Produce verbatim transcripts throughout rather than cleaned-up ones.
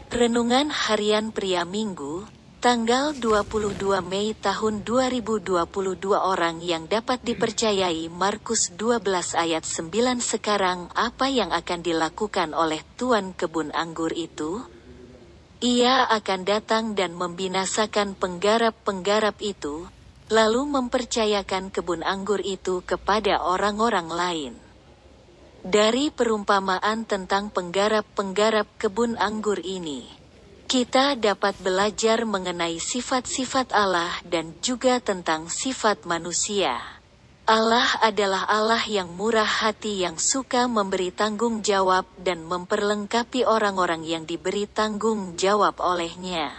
Renungan Harian Pria Minggu, tanggal dua puluh dua Mei tahun dua ribu dua puluh dua. Orang yang dapat dipercayai. Markus dua belas ayat sembilan. Sekarang apa yang akan dilakukan oleh tuan kebun anggur itu? Ia akan datang dan membinasakan penggarap-penggarap itu, lalu mempercayakan kebun anggur itu kepada orang-orang lain. Dari perumpamaan tentang penggarap-penggarap kebun anggur ini, kita dapat belajar mengenai sifat-sifat Allah dan juga tentang sifat manusia. Allah adalah Allah yang murah hati, yang suka memberi tanggung jawab dan memperlengkapi orang-orang yang diberi tanggung jawab olehnya.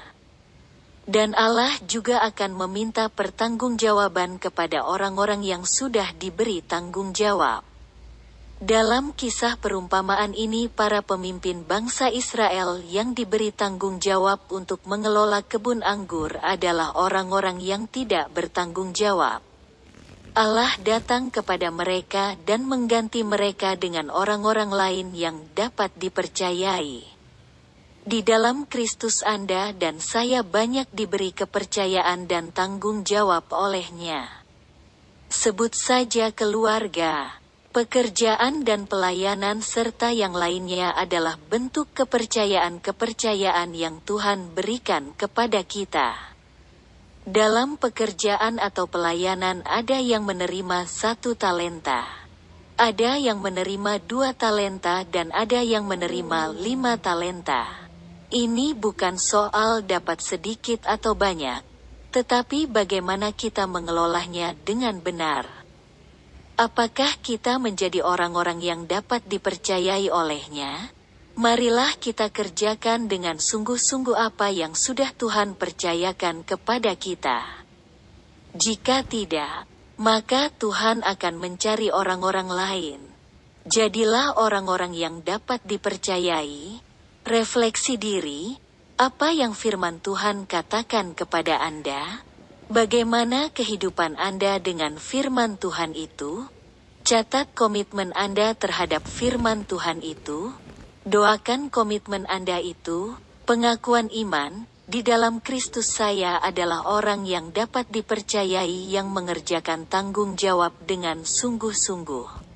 Dan Allah juga akan meminta pertanggungjawaban kepada orang-orang yang sudah diberi tanggung jawab. Dalam kisah perumpamaan ini, para pemimpin bangsa Israel yang diberi tanggung jawab untuk mengelola kebun anggur adalah orang-orang yang tidak bertanggung jawab. Allah datang kepada mereka dan mengganti mereka dengan orang-orang lain yang dapat dipercayai. Di dalam Kristus Anda dan saya banyak diberi kepercayaan dan tanggung jawab olehnya. Sebut saja keluarga, pekerjaan dan pelayanan serta yang lainnya adalah bentuk kepercayaan-kepercayaan yang Tuhan berikan kepada kita. Dalam pekerjaan atau pelayanan ada yang menerima satu talenta, ada yang menerima dua talenta dan ada yang menerima lima talenta. Ini bukan soal dapat sedikit atau banyak, tetapi bagaimana kita mengelolanya dengan benar. Apakah kita menjadi orang-orang yang dapat dipercayai olehnya? Marilah kita kerjakan dengan sungguh-sungguh apa yang sudah Tuhan percayakan kepada kita. Jika tidak, maka Tuhan akan mencari orang-orang lain. Jadilah orang-orang yang dapat dipercayai. Refleksi diri, apa yang firman Tuhan katakan kepada Anda? Bagaimana kehidupan Anda dengan firman Tuhan itu? Catat komitmen Anda terhadap firman Tuhan itu. Doakan komitmen Anda itu. Pengakuan iman, di dalam Kristus saya adalah orang yang dapat dipercayai, yang mengerjakan tanggung jawab dengan sungguh-sungguh.